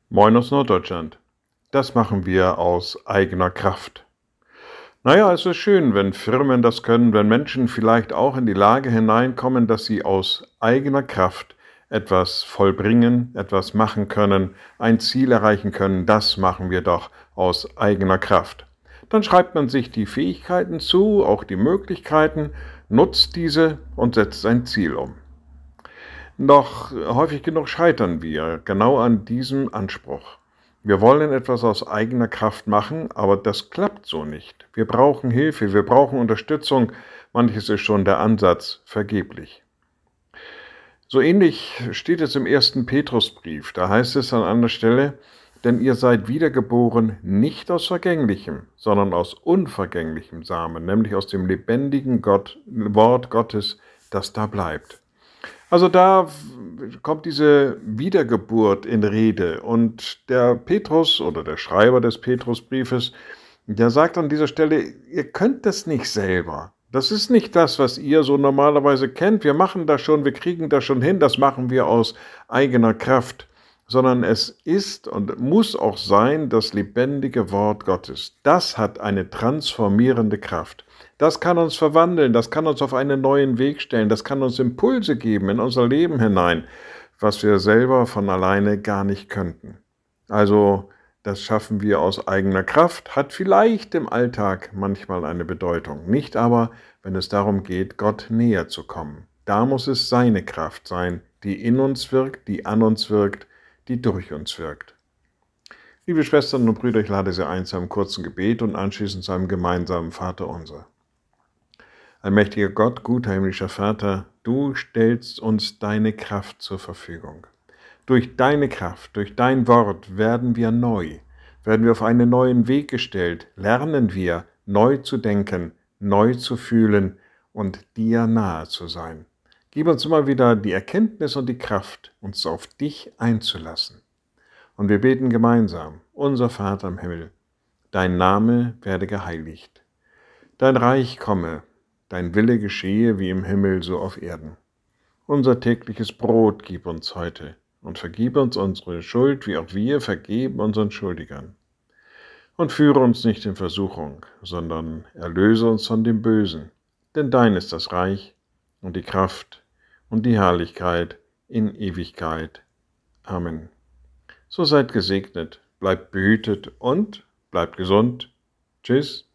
Moin aus Norddeutschland. Das machen wir aus eigener Kraft. Naja, es ist schön, wenn Firmen das können, wenn Menschen vielleicht auch in die Lage hineinkommen, dass sie aus eigener Kraft etwas vollbringen, etwas machen können, ein Ziel erreichen können. Das machen wir doch aus eigener Kraft. Dann schreibt man sich die Fähigkeiten zu, auch die Möglichkeiten, nutzt diese und setzt ein Ziel um. Doch häufig genug scheitern wir genau an diesem Anspruch. Wir wollen etwas aus eigener Kraft machen, aber das klappt so nicht. Wir brauchen Hilfe, wir brauchen Unterstützung. Manches ist schon der Ansatz vergeblich. So ähnlich steht es im ersten Petrusbrief. Da heißt es an anderer Stelle, denn ihr seid wiedergeboren nicht aus vergänglichem, sondern aus unvergänglichem Samen, nämlich aus dem lebendigen Wort Gottes, das da bleibt. Also da kommt diese Wiedergeburt in Rede und der Petrus oder der Schreiber des Petrusbriefes, der sagt an dieser Stelle, ihr könnt das nicht selber. Das ist nicht das, was ihr so normalerweise kennt. Wir machen das schon, wir kriegen das schon hin, das machen wir aus eigener Kraft, sondern es ist und muss auch sein das lebendige Wort Gottes. Das hat eine transformierende Kraft. Das kann uns verwandeln, das kann uns auf einen neuen Weg stellen, das kann uns Impulse geben in unser Leben hinein, was wir selber von alleine gar nicht könnten. Also das schaffen wir aus eigener Kraft, hat vielleicht im Alltag manchmal eine Bedeutung, nicht aber, wenn es darum geht, Gott näher zu kommen. Da muss es seine Kraft sein, die in uns wirkt, die an uns wirkt, die durch uns wirkt. Liebe Schwestern und Brüder, ich lade Sie ein zu einem kurzen Gebet und anschließend zu einem gemeinsamen Vaterunser. Allmächtiger Gott, guter himmlischer Vater, du stellst uns deine Kraft zur Verfügung. Durch deine Kraft, durch dein Wort werden wir neu, werden wir auf einen neuen Weg gestellt, lernen wir, neu zu denken, neu zu fühlen und dir nahe zu sein. Gib uns immer wieder die Erkenntnis und die Kraft, uns auf dich einzulassen. Und wir beten gemeinsam, unser Vater im Himmel, dein Name werde geheiligt, dein Reich komme, dein Wille geschehe wie im Himmel so auf Erden. Unser tägliches Brot gib uns heute und vergib uns unsere Schuld, wie auch wir vergeben unseren Schuldigern. Und führe uns nicht in Versuchung, sondern erlöse uns von dem Bösen, denn dein ist das Reich und die Kraft und die Herrlichkeit in Ewigkeit. Amen. So seid gesegnet, bleibt behütet und bleibt gesund. Tschüss.